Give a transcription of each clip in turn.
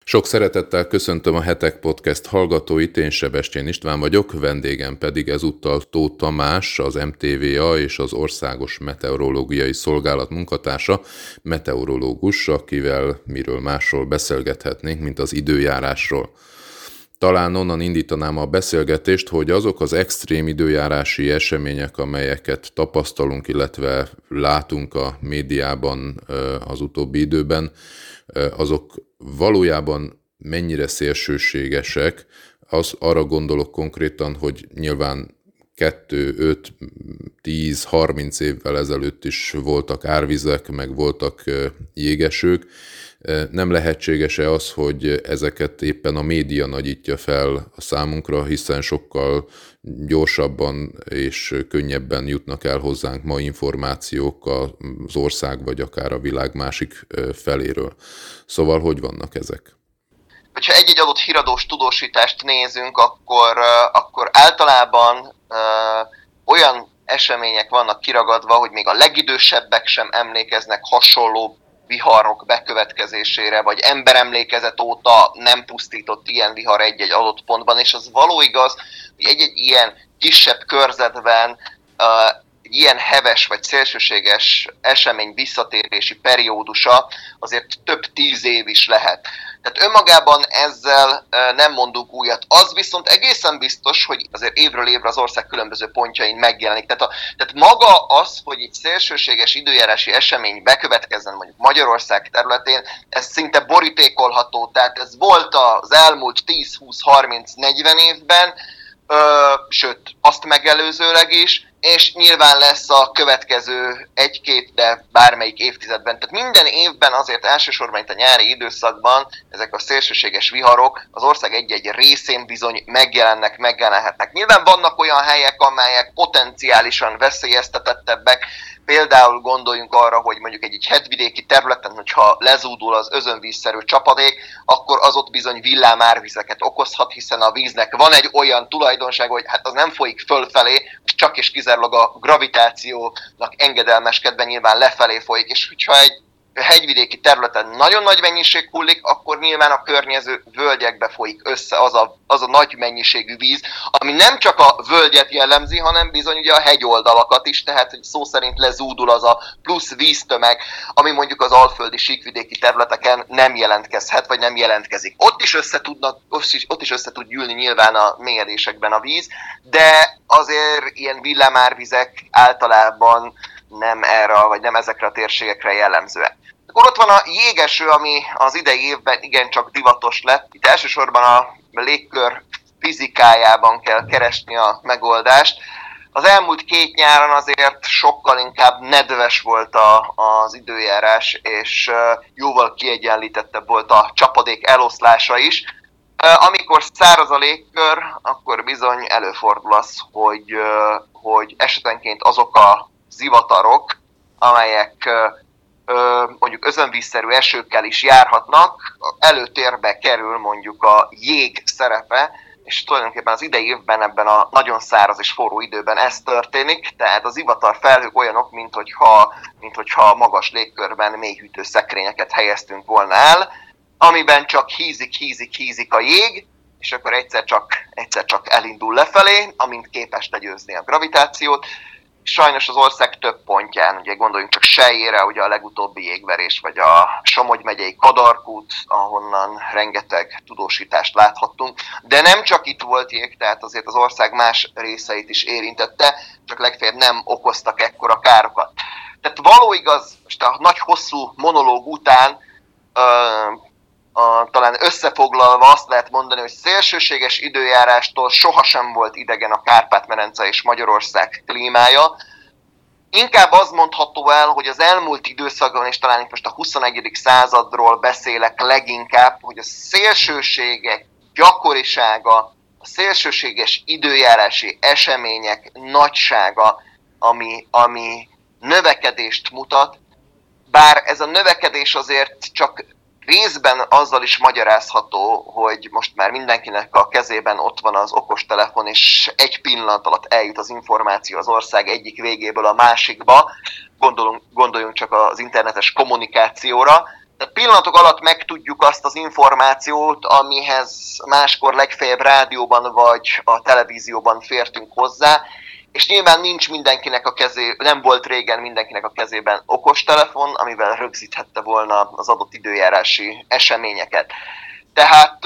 Sok szeretettel köszöntöm a Hetek Podcast hallgatóit, én Sebestyén István vagyok, vendégem pedig ezúttal Tóth Tamás, az MTVA és az Országos Meteorológiai Szolgálat munkatársa, meteorológus, akivel miről másról beszélgethetnénk, mint az időjárásról. Talán onnan indítanám a beszélgetést, hogy azok az extrém időjárási események, amelyeket tapasztalunk, illetve látunk a médiában az utóbbi időben, azok valójában mennyire szélsőségesek, arra gondolok konkrétan, hogy nyilván 2, 5, 10, 30 évvel ezelőtt is voltak árvizek, meg voltak jégesők. Nem lehetséges-e az, hogy ezeket éppen a média nagyítja fel a számunkra, hiszen sokkal gyorsabban és könnyebben jutnak el hozzánk ma információk az ország vagy akár a világ másik feléről. Szóval hogy vannak ezek? Hogyha egy-egy adott híradós tudósítást nézünk, akkor általában olyan események vannak kiragadva, hogy még a legidősebbek sem emlékeznek hasonló viharok bekövetkezésére, vagy emberemlékezet óta nem pusztított ilyen vihar egy-egy adott pontban, és az való igaz, hogy egy-egy ilyen kisebb körzetben egy ilyen heves vagy szélsőséges esemény visszatérési periódusa azért több 10 év is lehet. Tehát önmagában ezzel nem mondunk újat. Az viszont egészen biztos, hogy azért évről évre az ország különböző pontjain megjelenik. Tehát maga az, hogy egy szélsőséges időjárási esemény bekövetkezzen mondjuk Magyarország területén, ez szinte borítékolható. Tehát ez volt az elmúlt 10, 20, 30, 40 évben, sőt, azt megelőzőleg is, és nyilván lesz a következő 1-2, de bármelyik évtizedben. Tehát minden évben azért elsősorban itt a nyári időszakban ezek a szélsőséges viharok az ország egy-egy részén bizony megjelenhetnek. Nyilván vannak olyan helyek, amelyek potenciálisan veszélyeztetettebbek, például gondoljunk arra, hogy mondjuk egy hegyvidéki területen, hogyha lezúdul az özönvízszerű csapadék, akkor az ott bizony villámárvizeket okozhat, hiszen a víznek van egy olyan tulajdonsága, hogy hát az nem folyik fölfelé, csak és kizárólag a gravitációnak engedelmeskedve nyilván lefelé folyik, és hogyha egy hegyvidéki területen nagyon nagy mennyiség hullik, akkor nyilván a környező völgyekbe folyik össze az a nagy mennyiségű víz, ami nem csak a völgyet jellemzi, hanem bizony ugye a hegyoldalakat is, tehát hogy szó szerint lezúdul az a plusz víztömeg, ami mondjuk az alföldi síkvidéki területeken nem jelentkezhet, vagy nem jelentkezik. Ott is össze tud gyűlni nyilván a mélyedésekben a víz, de azért ilyen villámárvizek általában nem erre, vagy nem ezekre a térségekre jellemzően. Akkor ott van a jégeső, ami az idei évben igencsak divatos lett. Itt elsősorban a légkör fizikájában kell keresni a megoldást. Az elmúlt 2 nyáron azért sokkal inkább nedves volt az időjárás, és jóval kiegyenlítettebb volt a csapadék eloszlása is. Amikor száraz a légkör, akkor bizony előfordul az, hogy esetenként azok a zivatarok, amelyek mondjuk özönvízszerű esőkkel is járhatnak, előtérbe kerül mondjuk a jég szerepe, és tulajdonképpen az idei évben ebben a nagyon száraz és forró időben ez történik, tehát az zivatar felhők olyanok, mint hogyha magas légkörben mélyhűtő szekrényeket helyeztünk volna el, amiben csak hízik a jég, és akkor egyszer csak elindul lefelé, amint képes legyőzni a gravitációt. Sajnos az ország több pontján, ugye gondoljunk csak Sellyére, ugye a legutóbbi jégverés, vagy a Somogy megyei Kadarkút, ahonnan rengeteg tudósítást láthattunk. De nem csak itt volt jég, tehát azért az ország más részeit is érintette, csak legfeljebb nem okoztak ekkora károkat. Tehát való igaz, most a nagy hosszú monológ után talán összefoglalva azt lehet mondani, hogy szélsőséges időjárástól sohasem volt idegen a Kárpát-medence és Magyarország klímája. Inkább az mondható el, hogy az elmúlt időszakban, és talán most a 21. századról beszélek leginkább, hogy a szélsőségek gyakorisága, a szélsőséges időjárási események nagysága, ami növekedést mutat, bár ez a növekedés azért csak részben azzal is magyarázható, hogy most már mindenkinek a kezében ott van az okostelefon, és egy pillanat alatt eljut az információ az ország egyik végéből a másikba. Gondoljunk csak az internetes kommunikációra. Tehát pillanatok alatt megtudjuk azt az információt, amihez máskor legfeljebb rádióban vagy a televízióban fértünk hozzá, és nyilván nincs mindenkinek a nem volt régen mindenkinek a kezében okostelefon, amivel rögzíthette volna az adott időjárási eseményeket. Tehát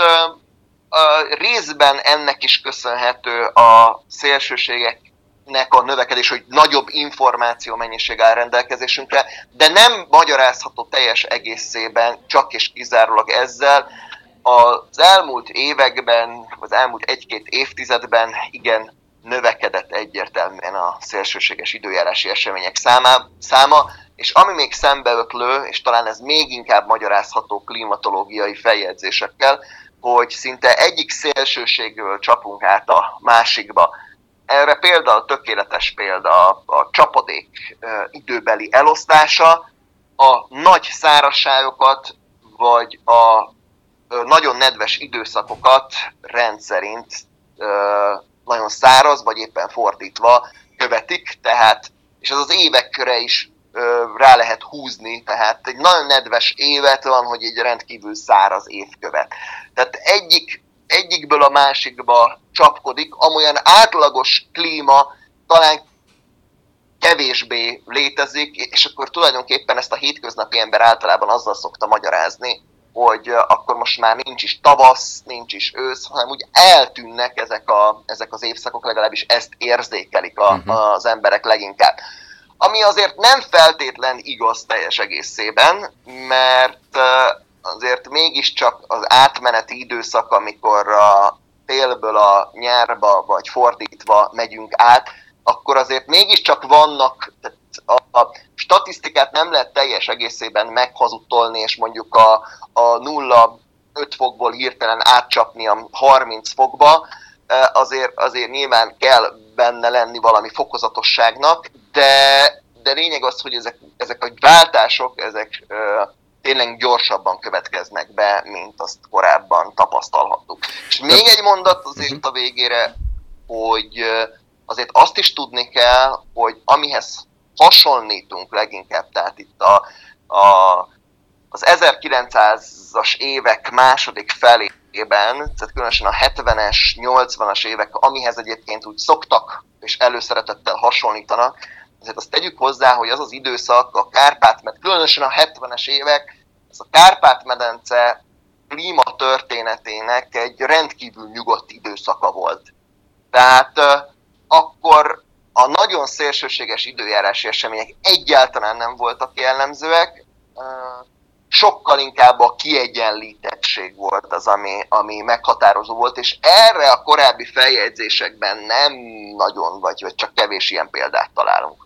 részben ennek is köszönhető a szélsőségeknek a növekedés, hogy nagyobb információ mennyiség áll rendelkezésünkre, de nem magyarázható teljes egészében csak és kizárólag ezzel. Az elmúlt években, az elmúlt egy-két évtizedben igen növekedett egyértelműen a szélsőséges időjárási események száma, és ami még szembeötlő, és talán ez még inkább magyarázható klimatológiai feljegyzésekkel, hogy szinte egyik szélsőségről csapunk át a másikba. Erre tökéletes példa a csapadék időbeli elosztása, a nagy szárazságokat, vagy a nagyon nedves időszakokat rendszerint nagyon száraz, vagy éppen fordítva követik, tehát, és ez az évekre is rá lehet húzni, tehát egy nagyon nedves évet van, hogy egy rendkívül száraz év követ. Tehát egyikből a másikba csapkodik, amolyan átlagos klíma talán kevésbé létezik, és akkor tulajdonképpen ezt a hétköznapi ember általában azzal szokta magyarázni, hogy akkor most már nincs is tavasz, nincs is ősz, hanem úgy eltűnnek ezek az évszakok, legalábbis ezt érzékelik az emberek leginkább. Ami azért nem feltétlen igaz teljes egészében, mert azért mégiscsak az átmeneti időszak, amikor a télből a nyárba, vagy fordítva megyünk át, akkor azért mégiscsak vannak, a statisztikát nem lehet teljes egészében meghazudtolni, és mondjuk a 0-5 fokból hirtelen átcsapni a 30 fokba, azért nyilván kell benne lenni valami fokozatosságnak, de lényeg az, hogy ezek a váltások, ezek tényleg gyorsabban következnek be, mint azt korábban tapasztalhattuk. És még egy mondat azért a végére, hogy azért azt is tudni kell, hogy amihez hasonlítunk leginkább, tehát itt az 1900-as évek második felében, tehát különösen a 70-es, 80-as évek, amihez egyébként úgy szoktak és előszeretettel hasonlítanak, azért azt tegyük hozzá, hogy az az időszak, a Kárpát-medence, különösen a 70-es évek, ez a Kárpát-medence klímatörténetének egy rendkívül nyugodt időszaka volt. Tehát akkor a nagyon szélsőséges időjárási események egyáltalán nem voltak jellemzőek, sokkal inkább a kiegyenlítettség volt az, ami meghatározó volt, és erre a korábbi feljegyzésekben nem nagyon, vagy csak kevés ilyen példát találunk.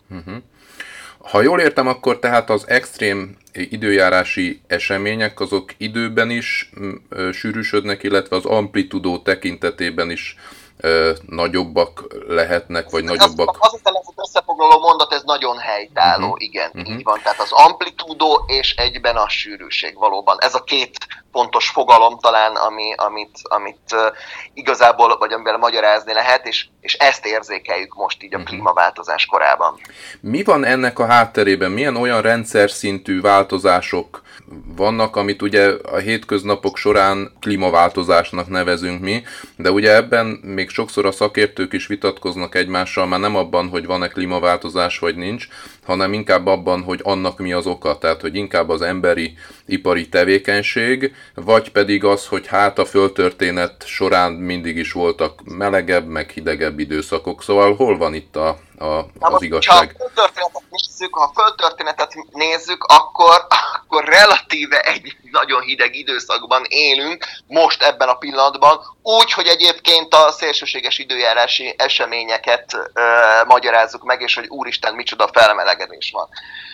Ha jól értem, akkor tehát az extrém időjárási események azok időben is sűrűsödnek, illetve az amplitudó tekintetében is nagyobbak lehetnek, vagy nagyobbak... Azt hiszem, ez az összefoglaló mondat, ez nagyon helytálló, igen, így van. Tehát az amplitúdó és egyben a sűrűség valóban. Ez a két pontos fogalom talán, amit igazából, vagy amivel magyarázni lehet, és ezt érzékeljük most így a klímaváltozás korában. Mi van ennek a hátterében? Milyen olyan rendszer szintű változások vannak, amit ugye a hétköznapok során klímaváltozásnak nevezünk mi, de ugye ebben még sokszor a szakértők is vitatkoznak egymással, már nem abban, hogy van-e klímaváltozás vagy nincs, hanem inkább abban, hogy annak mi az oka, tehát hogy inkább az emberi ipari tevékenység, vagy pedig az, hogy hát a földtörténet során mindig is voltak melegebb, meg hidegebb időszakok, szóval hol van itt az igazság? Ha a földtörténetet nézzük, akkor relatíve egy nagyon hideg időszakban élünk, most ebben a pillanatban, úgy, hogy egyébként a szélsőséges időjárási eseményeket magyarázzuk meg, és hogy úristen, micsoda felmelegedés van.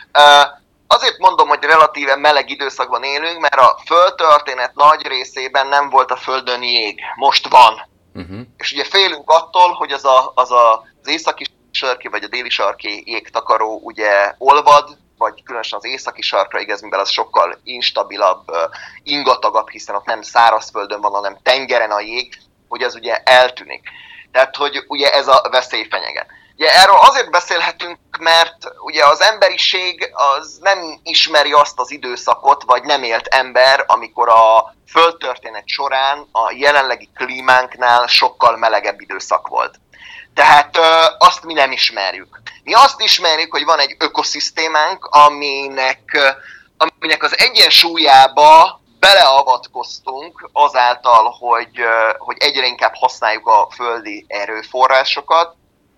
Azért mondom, hogy relatíve meleg időszakban élünk, mert a földtörténet nagy részében nem volt a Földön jég, most van. És ugye félünk attól, hogy az északi sarki vagy a déli sarki jégtakaró ugye olvad, vagy különösen az északi sarkra igaz, mivel az sokkal instabilabb, ingatagabb, hiszen ott nem szárazföldön van, hanem tengeren a jég, hogy az ugye eltűnik. Tehát, hogy ugye ez a veszély fenyeget. Ugye erről azért beszélhetünk, mert ugye az emberiség az nem ismeri azt az időszakot, vagy nem élt ember, amikor a földtörténet során a jelenlegi klímánknál sokkal melegebb időszak volt. Tehát azt mi nem ismerjük. Mi azt ismerjük, hogy van egy ökoszisztémánk, aminek az egyensúlyába beleavatkoztunk azáltal, hogy egyre inkább használjuk a földi erőforrásokat.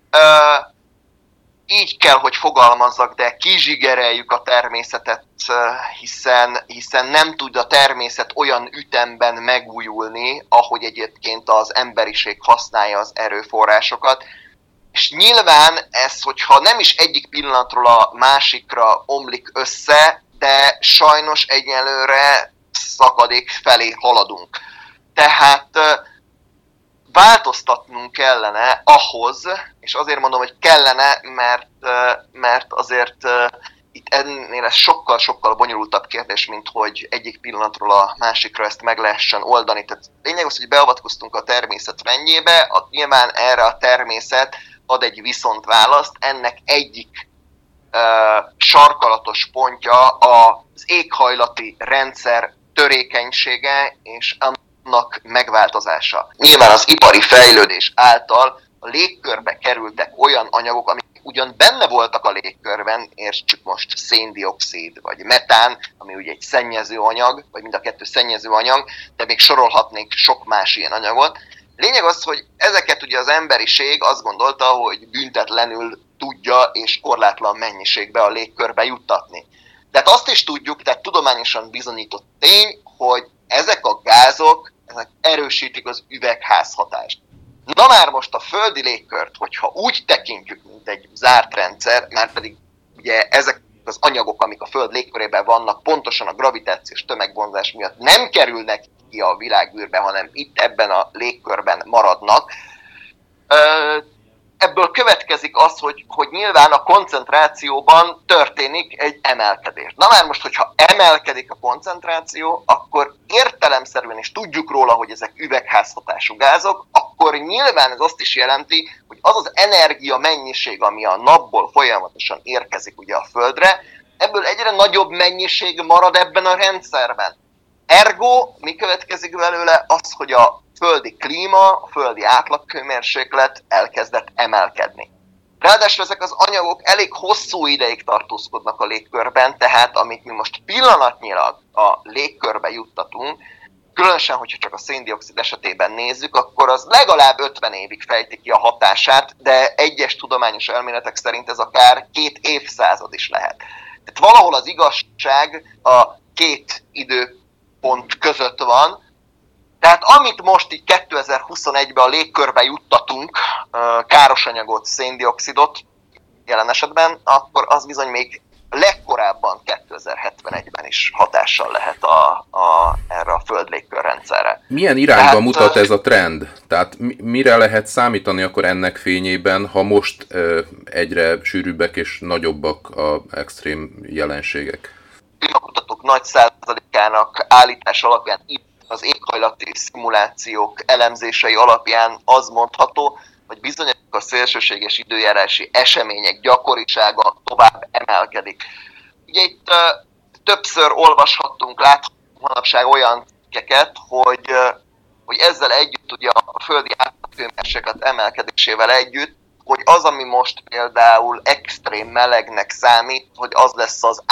Így kell, hogy fogalmazzak, de kizsigereljük a természetet, hiszen nem tud a természet olyan ütemben megújulni, ahogy egyébként az emberiség használja az erőforrásokat. És nyilván ez, hogyha nem is egyik pillanatról a másikra omlik össze, de sajnos egyelőre szakadék felé haladunk. Tehát változtatnunk kellene ahhoz, és azért mondom, hogy kellene, mert azért itt ennél ez sokkal-sokkal bonyolultabb kérdés, mint hogy egyik pillanatról a másikra ezt meg lehessen oldani. Tehát lényeg az, hogy beavatkoztunk a természet rendjébe, nyilván erre a természet ad egy viszontválaszt, ennek egyik sarkalatos pontja az éghajlati rendszer törékenysége és annak megváltozása. Nyilván az ipari fejlődés által a légkörbe kerültek olyan anyagok, amik ugyan benne voltak a légkörben, értsük most széndioxid vagy metán, ami ugye egy szennyező anyag, vagy mind a kettő szennyező anyag, de még sorolhatnénk sok más ilyen anyagot. Lényeg az, hogy ezeket ugye az emberiség azt gondolta, hogy büntetlenül tudja és korlátlan mennyiségbe a légkörbe juttatni. De hát azt is tudjuk, tehát tudományosan bizonyított tény, hogy ezek a gázok ezek erősítik az üvegházhatást. Na már most a földi légkört, hogyha úgy tekintjük, mint egy zárt rendszer, már pedig ugye ezek az anyagok, amik a föld légkörében vannak, pontosan a gravitációs tömegvonzás miatt nem kerülnek ki a világűrbe, hanem itt ebben a légkörben maradnak. Ebből következik az, hogy nyilván a koncentrációban történik egy emelkedés. Na már most, hogyha emelkedik a koncentráció, akkor értelemszerűen is tudjuk róla, hogy ezek üvegházhatású gázok, akkor nyilván ez azt is jelenti, hogy az az energia mennyiség, ami a napból folyamatosan érkezik ugye a Földre, ebből egyre nagyobb mennyiség marad ebben a rendszerben. Ergo, mi következik belőle? Az, hogy a földi klíma, a földi átlaghőmérséklet elkezdett emelkedni. Ráadásul ezek az anyagok elég hosszú ideig tartózkodnak a légkörben, tehát amit mi most pillanatnyilag a légkörbe juttatunk, különösen, hogyha csak a széndioxid esetében nézzük, akkor az legalább 50 évig fejti ki a hatását, de egyes tudományos elméletek szerint ez akár 2 évszázad is lehet. Tehát valahol az igazság a két időpont között van. Tehát amit most így 2021-ben a légkörbe juttatunk, káros anyagot, széndioxidot jelen esetben, akkor az bizony még legkorábban 2071-ben is hatással lehet erre a föld légkörrendszerre. Milyen irányba mutat ez a trend? Tehát mire lehet számítani akkor ennek fényében, ha most egyre sűrűbbek és nagyobbak az extrém jelenségek? Klímakutatók nagy százalékának állítás alapján itt az éghajlati szimulációk elemzései alapján az mondható, hogy bizony a szélsőséges időjárási események gyakorisága tovább emelkedik. Ugye itt többször olvashattunk, láthatunk manapság olyan cikkeket, hogy ezzel együtt, ugye a földi átlaghőmérséklet emelkedésével együtt, hogy az, ami most például extrém melegnek számít, hogy az lesz az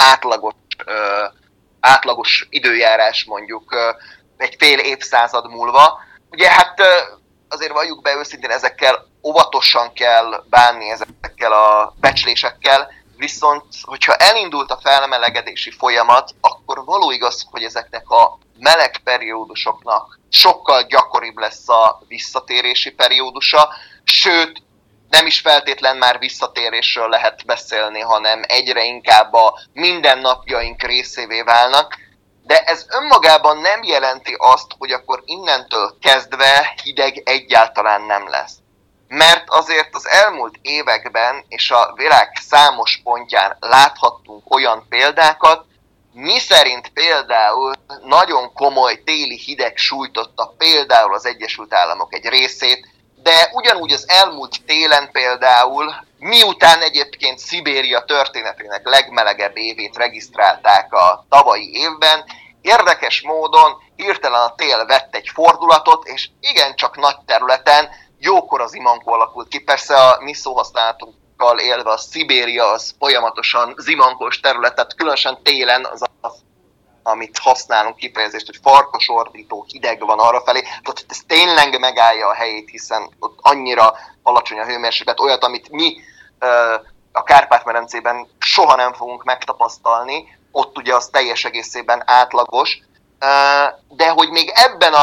átlagos időjárás mondjuk egy fél évszázad múlva. Ugye hát azért valljuk be őszintén, ezekkel óvatosan kell bánni, ezekkel a becslésekkel, viszont hogyha elindult a felmelegedési folyamat, akkor való igaz, hogy ezeknek a meleg periódusoknak sokkal gyakoribb lesz a visszatérési periódusa, sőt, nem is feltétlen már visszatérésről lehet beszélni, hanem egyre inkább a mindennapjaink részévé válnak. De ez önmagában nem jelenti azt, hogy akkor innentől kezdve hideg egyáltalán nem lesz. Mert azért az elmúlt években és a világ számos pontján láthattunk olyan példákat, miszerint például nagyon komoly téli hideg sújtotta például az Egyesült Államok egy részét, de ugyanúgy az elmúlt télen például miután egyébként Szibéria történetének legmelegebb évét regisztrálták a tavalyi évben, érdekes módon hirtelen a tél vett egy fordulatot, és igencsak nagy területen jókor az zimankó alakult ki. Persze a mi szóhasználatunkkal élve a Szibéria az folyamatosan zimankós területet, különösen télen az amit használunk kifejezést, hogy farkasordító hideg van arrafelé. Tehát ez tényleg megállja a helyét, hiszen ott annyira alacsony a hőmérséklet, olyat, amit mi a Kárpát-medencében soha nem fogunk megtapasztalni, ott ugye az teljes egészében átlagos, de hogy még ebben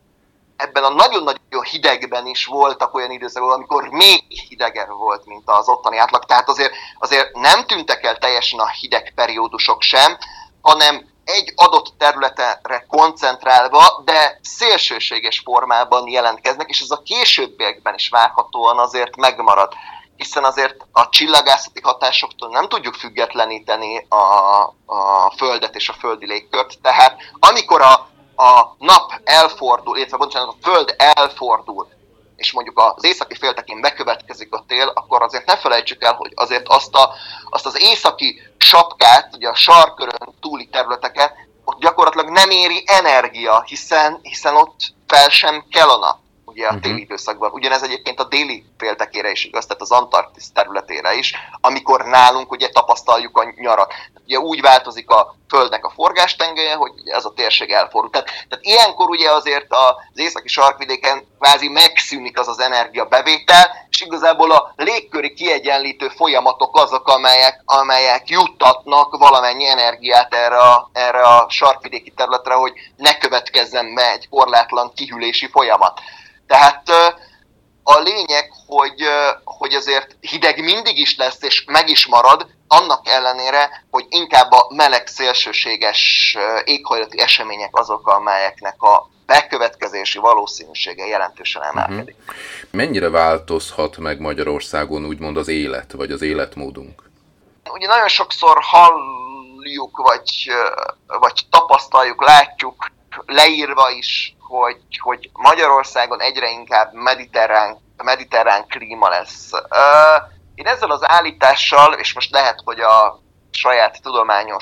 a nagyon-nagyon hidegben is voltak olyan időszakok, amikor még hidegebb volt, mint az ottani átlag, tehát azért nem tűntek el teljesen a hideg periódusok sem, hanem egy adott területre koncentrálva, de szélsőséges formában jelentkeznek, és ez a későbbiekben is várhatóan azért megmarad. Hiszen azért a csillagászati hatásoktól nem tudjuk függetleníteni a Földet és a földi légkört, tehát amikor a nap elfordul, illetve bocsánat, a Föld elfordul, és mondjuk az északi féltekén bekövetkezik a tél, akkor azért ne felejtsük el, hogy azért azt az északi sapkát, ugye a sarkörön túli területeket, ott gyakorlatilag nem éri energia, hiszen ott fel sem kell a nap, ugye a téli időszakban. Ugyanez egyébként a déli féltekére is igaz, tehát az Antarktisz területére is, amikor nálunk ugye tapasztaljuk a nyarat. Ugye úgy változik a Földnek a forgástengelye, hogy ez a térség elfordul. Tehát ilyenkor ugye azért az északi sarkvidéken kvázi megszűnik az energiabevétel, és igazából a légköri kiegyenlítő folyamatok azok, amelyek juttatnak valamennyi energiát erre a sarkvidéki területre, hogy ne következzen be egy korlátlan kihűlési folyamat. Tehát a lényeg, hogy azért hideg mindig is lesz, és meg is marad, annak ellenére, hogy inkább a meleg szélsőséges éghajlati események azok, amelyeknek a bekövetkezési valószínűsége jelentősen emelkedik. Mennyire változhat meg Magyarországon úgymond az élet, vagy az életmódunk? Ugye nagyon sokszor halljuk, vagy tapasztaljuk, látjuk leírva is, hogy Magyarországon egyre inkább mediterrán klíma lesz. Én ezzel az állítással, és most lehet, hogy a saját tudományos,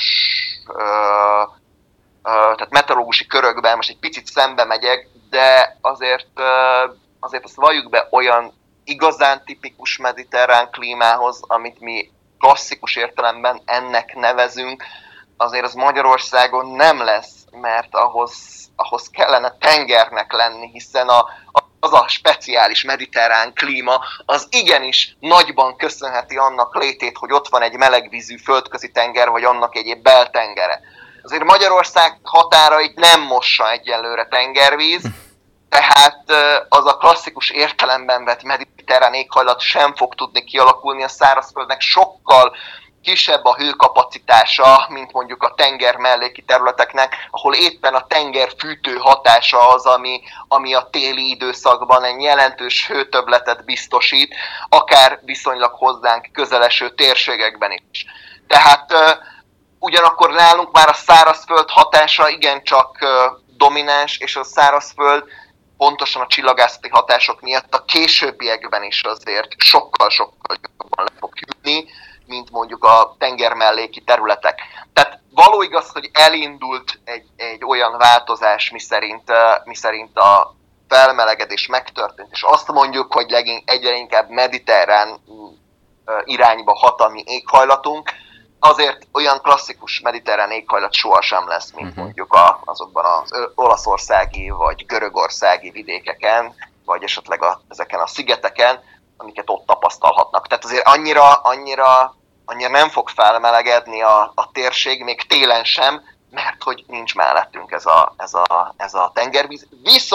tehát meteorológusi körökben most egy picit szembe megyek, de azért azt valljuk be, olyan igazán tipikus mediterrán klímához, amit mi klasszikus értelemben ennek nevezünk, azért az Magyarországon nem lesz, mert ahhoz kellene tengernek lenni, hiszen az a speciális mediterrán klíma, az igenis nagyban köszönheti annak létét, hogy ott van egy melegvízű földközi tenger, vagy annak egyéb beltengere. Azért Magyarország határait nem mossa egyelőre tengervíz, tehát az a klasszikus értelemben vett mediterrán éghajlat sem fog tudni kialakulni, a szárazföldnek sokkal kisebb a hőkapacitása, mint mondjuk a tenger melléki területeknek, ahol éppen a tenger fűtő hatása az, ami a téli időszakban egy jelentős hőtöbbletet biztosít, akár viszonylag hozzánk közeleső térségekben is. Tehát ugyanakkor nálunk már a szárazföld hatása igencsak domináns, és a szárazföld pontosan a csillagászati hatások miatt a későbbiekben is azért sokkal-sokkal jobban le fog hűlni, mint mondjuk a tenger melléki területek. Tehát való igaz, hogy elindult egy olyan változás, miszerint a felmelegedés megtörtént, és azt mondjuk, hogy egyre inkább mediterrán irányba hat a mi éghajlatunk, azért olyan klasszikus mediterrán éghajlat sohasem lesz, mint mondjuk azokban az olaszországi vagy görögországi vidékeken, vagy esetleg ezeken a szigeteken, amiket ott tapasztalhatnak. Tehát azért annyira nem fog felmelegedni a térség, még télen sem, mert hogy nincs mellettünk ez a tengervíz.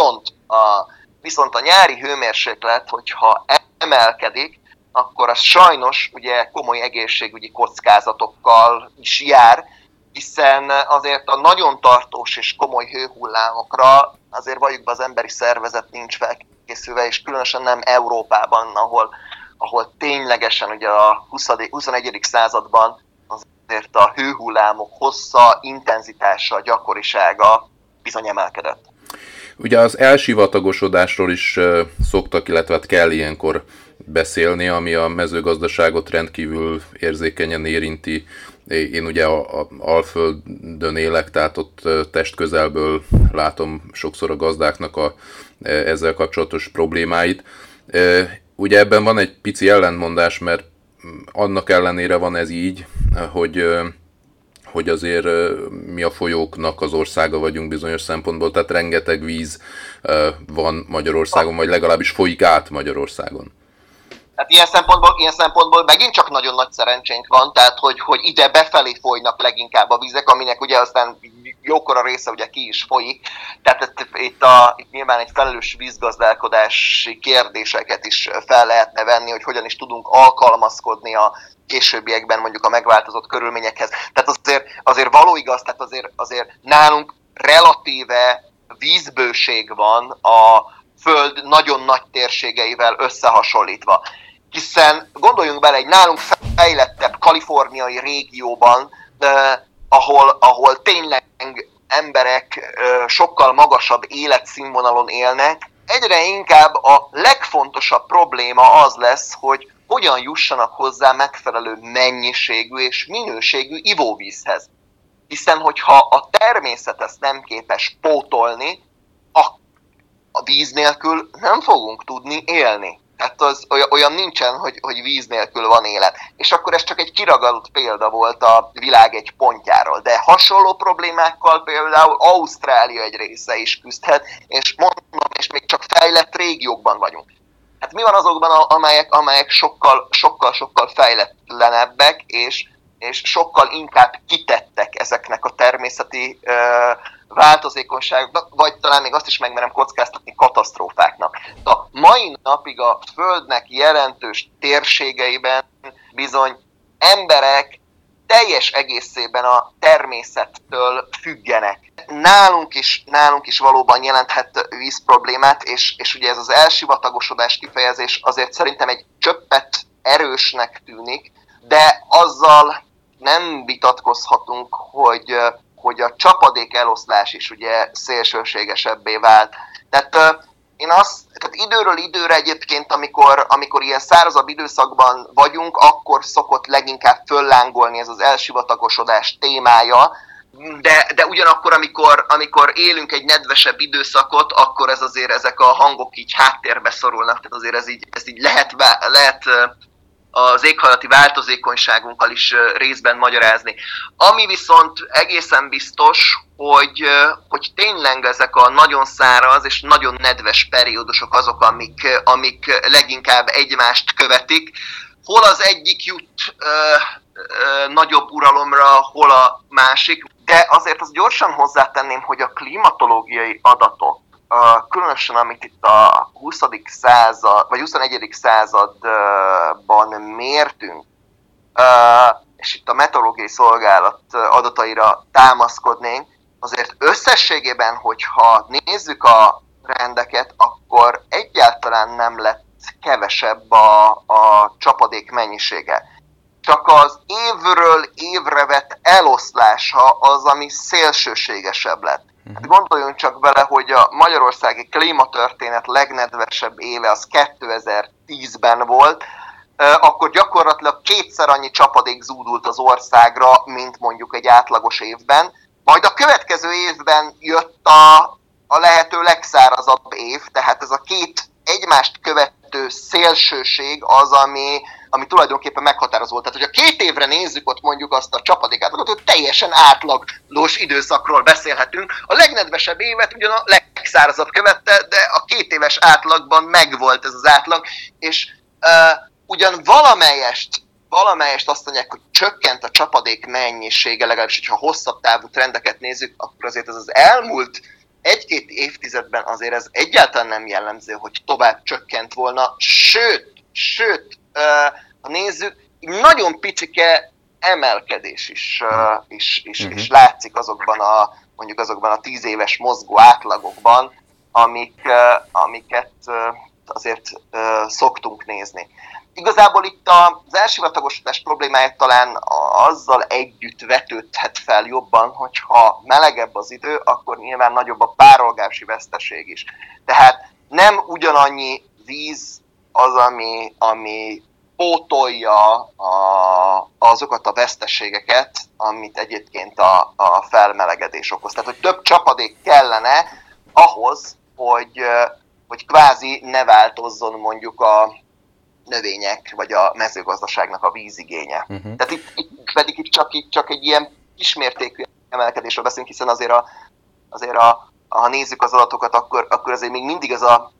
Viszont a nyári hőmérséklet, hogyha emelkedik, akkor az sajnos ugye komoly egészségügyi kockázatokkal is jár, hiszen azért a nagyon tartós és komoly hőhullámokra azért valljuk be, az emberi szervezet nincs felkészülve, és különösen nem Európában, ahol ténylegesen ugye a 21. században azért a hőhullámok hossza, intenzitása, gyakorisága bizony emelkedett. Ugye az elsivatagosodásról is szoktak, illetve kell ilyenkor beszélni, ami a mezőgazdaságot rendkívül érzékenyen érinti. Én ugye Alföldön élek, tehát ott testközelből látom sokszor a gazdáknak ezzel kapcsolatos problémáit. Ugye ebben van egy pici ellentmondás, mert annak ellenére van ez így, hogy azért mi a folyóknak az országa vagyunk bizonyos szempontból, tehát rengeteg víz van Magyarországon, vagy legalábbis folyik át Magyarországon. Tehát ilyen szempontból megint csak nagyon nagy szerencsénk van, tehát hogy ide befelé folynak leginkább a vizek, aminek ugye aztán jókora része ugye ki is folyik. Tehát itt nyilván egy felelős vízgazdálkodási kérdéseket is fel lehetne venni, hogy hogyan is tudunk alkalmazkodni a későbbiekben mondjuk a megváltozott körülményekhez. Tehát azért való igaz, tehát azért nálunk relatíve vízbőség van a Föld nagyon nagy térségeivel összehasonlítva. Hiszen gondoljunk bele, egy nálunk fejlettebb kaliforniai régióban, ahol tényleg emberek sokkal magasabb életszínvonalon élnek, egyre inkább a legfontosabb probléma az lesz, hogy hogyan jussanak hozzá megfelelő mennyiségű és minőségű ivóvízhez. Hiszen hogyha a természet ezt nem képes pótolni, a víz nélkül nem fogunk tudni élni. Tehát az olyan nincsen, hogy víz nélkül van élet. És akkor ez csak egy kiragadott példa volt a világ egy pontjáról. De hasonló problémákkal például Ausztrália egy része is küzdhet, és mondom, és még csak fejlett régiókban vagyunk. Hát mi van azokban, amelyek sokkal fejletlenebbek, és sokkal inkább kitettek ezeknek a természeti változékonyságoknak, vagy talán még azt is megmerem kockáztatni, katasztrófáknak. A mai napig a Földnek jelentős térségeiben bizony emberek teljes egészében a természettől függenek. Nálunk is valóban jelenthet vízproblémát, és ugye ez az elsivatagosodás kifejezés azért szerintem egy csöppet erősnek tűnik, de azzal nem vitatkozhatunk, hogy a csapadék eloszlás is ugye szélsőségesebbé vált. Tehát időről időre egyébként, amikor ilyen szárazabb időszakban vagyunk, akkor szokott leginkább föllángolni ez az elsivatagosodás témája, de ugyanakkor, amikor élünk egy nedvesebb időszakot, akkor ezek a hangok így háttérbe szorulnak, tehát azért ez így lehet az éghajlati változékonyságunkkal is részben magyarázni. Ami viszont egészen biztos, hogy tényleg ezek a nagyon száraz és nagyon nedves periódusok azok, amik leginkább egymást követik. Hol az egyik jut nagyobb uralomra, hol a másik, de azért azt gyorsan hozzátenném, hogy a klimatológiai adatok, különösen amit itt a 20. század, vagy 21. században mértünk, és itt a meteorológiai szolgálat adataira támaszkodnénk, azért összességében, hogyha nézzük a rendeket, akkor egyáltalán nem lett kevesebb a csapadék mennyisége. Csak az évről évre vett eloszlása az, ami szélsőségesebb lett. Hát gondoljunk csak bele, hogy a magyarországi klímatörténet legnedvesebb éve az 2010-ben volt, akkor gyakorlatilag kétszer annyi csapadék zúdult az országra, mint mondjuk egy átlagos évben. Majd a következő évben jött a lehető legszárazabb év, tehát ez a két egymást követő szélsőség az, ami tulajdonképpen meghatározó. Tehát, hogyha 2 évre nézzük ott mondjuk azt a csapadékátlagot, hogy teljesen átlagos időszakról beszélhetünk. A legnedvesebb évet ugyan a legszárazabb követte, de a 2 éves átlagban megvolt ez az átlag, és ugyan valamelyest azt mondják, hogy csökkent a csapadék mennyisége, legalábbis, hogyha hosszabb távú trendeket nézzük, akkor azért ez az elmúlt 1-2 évtizedben azért ez egyáltalán nem jellemző, hogy tovább csökkent volna, sőt, ha nézzük, nagyon picike emelkedés is látszik azokban a 10 éves mozgó átlagokban, amiket azért szoktunk nézni. Igazából itt az elsivatagosodás problémája talán azzal együtt vetődhet fel jobban, hogyha melegebb az idő, akkor nyilván nagyobb a párolgási veszteség is. Tehát nem ugyanannyi víz az, ami pótolja azokat a veszteségeket, amit egyébként a felmelegedés okoz. Tehát, hogy több csapadék kellene ahhoz, hogy kvázi ne változzon mondjuk a növények, vagy a mezőgazdaságnak a vízigénye. Tehát itt pedig csak egy ilyen kismértékű emelkedésről beszélünk, hiszen azért ha nézzük az adatokat, akkor azért még mindig ez a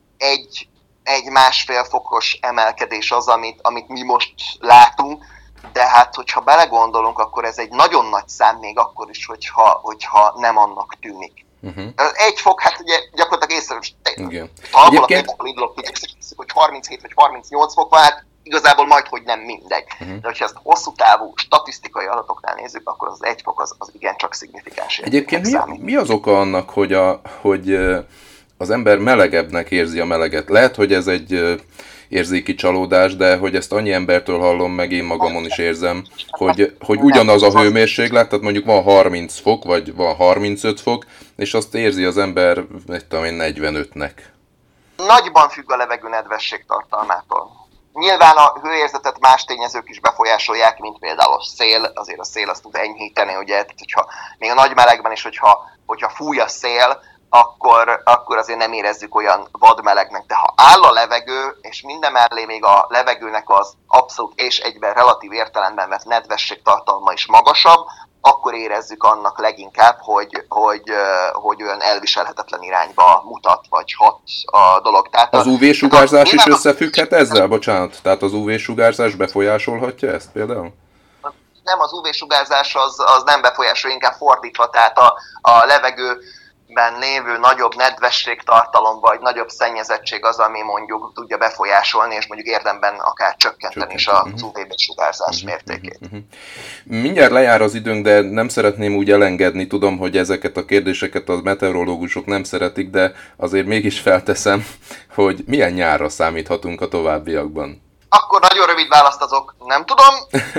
1-1,5 fokos emelkedés az, amit mi most látunk, de hát, hogyha belegondolunk, akkor ez egy nagyon nagy szám még akkor is, hogyha nem annak tűnik. 1 fok, hát ugye gyakorlatilag észreves. Ha abból a például indulok, hogy 37 vagy 38 fok van, hát igazából majdhogy nem mindegy. De hogyha ezt hosszú távú statisztikai adatoknál nézzük, akkor az 1 fok az igencsak szignifikáns. Egyébként mi az oka annak, hogy az ember melegebbnek érzi a meleget? Lehet, hogy ez egy érzéki csalódás, de hogy ezt annyi embertől hallom, meg én magamon is érzem, hogy ugyanaz a hőmérséklet, tehát mondjuk van 30 fok, vagy van 35 fok, és azt érzi az ember, mit tudom én, 45-nek. Nagyban függ a levegő nedvesség tartalmától. Nyilván a hőérzetet más tényezők is befolyásolják, mint például a szél, azért a szél azt tud enyhíteni, ugye, tehát hogyha még a nagy melegben is, hogyha fúj a szél, akkor azért nem érezzük olyan vadmelegnek, de ha áll a levegő, és mindemellé még a levegőnek az abszolút és egyben relatív értelemben vett nedvességtartalma is magasabb, akkor érezzük annak leginkább, hogy olyan elviselhetetlen irányba mutat, vagy hat a dolog. Tehát az UV-sugárzás is összefügghet ezzel? Bocsánat, tehát az UV-sugárzás befolyásolhatja ezt például? Nem, az UV-sugárzás az nem befolyásolja, inkább fordítva, tehát a levegőben lévő nagyobb nedvességtartalom, vagy nagyobb szennyezettség az, ami mondjuk tudja befolyásolni, és mondjuk érdemben akár csökkenteni is az UV-sugárzás mértékét. Mindjárt lejár az időnk, de nem szeretném úgy elengedni, tudom, hogy ezeket a kérdéseket a meteorológusok nem szeretik, de azért mégis felteszem, hogy milyen nyárra számíthatunk a továbbiakban. Akkor nagyon rövid választ azok, nem tudom.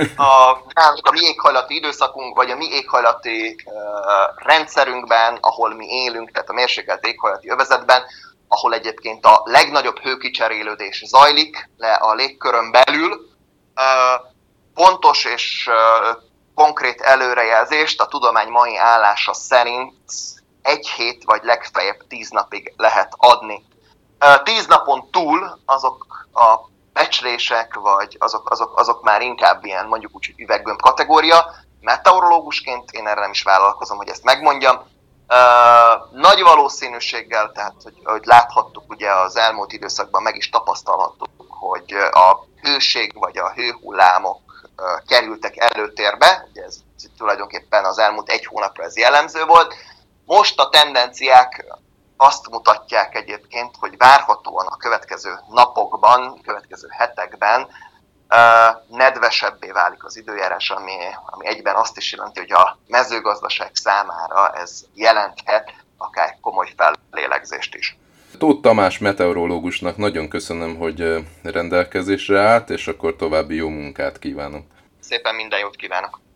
A mi éghajlati időszakunk, vagy a mi éghajlati rendszerünkben, ahol mi élünk, tehát a mérsékelt éghajlati övezetben, ahol egyébként a legnagyobb hőkicserélődés zajlik le a légkörön belül, pontos és konkrét előrejelzést a tudomány mai állása szerint 1 hét vagy legfeljebb 10 napig lehet adni. 10 napon túl azok a becslések, vagy azok már inkább ilyen, mondjuk úgy, hogy üveggömb kategória. Meteorológusként én erre nem is vállalkozom, hogy ezt megmondjam. Nagy valószínűséggel, tehát hogy láthattuk ugye az elmúlt időszakban, meg is tapasztalhattuk, hogy a hőség vagy a hőhullámok kerültek előtérbe, ugye ez tulajdonképpen az elmúlt 1 hónapra ez jellemző volt. Most a tendenciák azt mutatják egyébként, hogy várhatóan a következő napokban, következő hetekben nedvesebbé válik az időjárás, ami egyben azt is jelenti, hogy a mezőgazdaság számára ez jelenthet akár komoly fellélegzést is. Tóth Tamás meteorológusnak nagyon köszönöm, hogy rendelkezésre állt, és akkor további jó munkát kívánok. Szépen minden jót kívánok!